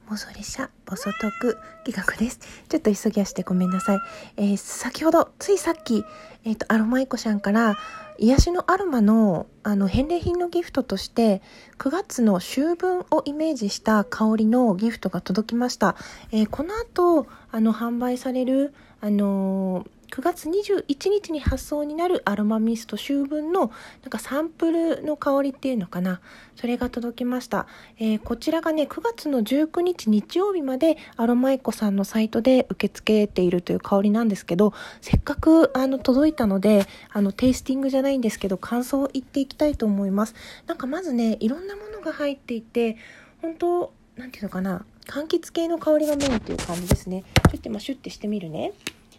妄想列車ボソトーク企画です。ちょっと急ぎ足でごめんなさい。先ほどついさっき、アロマイコさんから癒しのアロマの返礼品のギフトとして9月の秋分をイメージした香りのギフトが届きました。この後販売される9月21日に発送になるアロマミスト秋分のサンプルの香りっていうのかな、それが届きました。こちらがね9月の19日日曜日までアロマイコさんのサイトで受け付けているという香りなんですけど、せっかく届いたのでテイスティングじゃないんですけど感想を言っていきたいと思います。まずねいろんなものが入っていて、本当なんていうのかな、柑橘系の香りがメインという感じですね。ちょっと今シュッてしてみるね。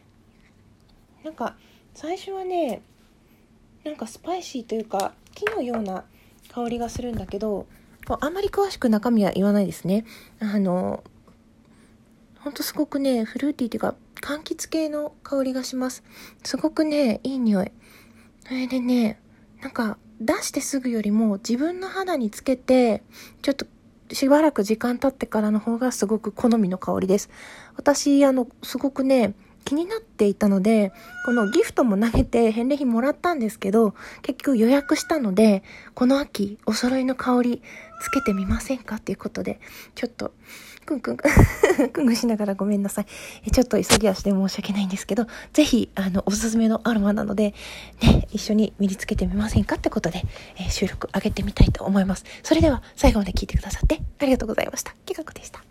最初はねスパイシーというか木のような香りがするんだけど、あんまり詳しく中身は言わないですね。ほんとすごくねフルーティーというか柑橘系の香りがします。すごくねいい匂い。それでね出してすぐよりも自分の肌につけてちょっとしばらく時間経ってからの方がすごく好みの香りです。私すごくね気になっていたので、このギフトも投げて返礼品もらったんですけど、結局予約したので、この秋お揃いの香りつけてみませんかっていうことで、ちょっとくんくんしながらごめんなさい。ちょっと急ぎ足で申し訳ないんですけど、ぜひおすすめのアロマなのでね、一緒に身につけてみませんかってことで、収録上げてみたいと思います。それでは最後まで聞いてくださってありがとうございました。企画でした。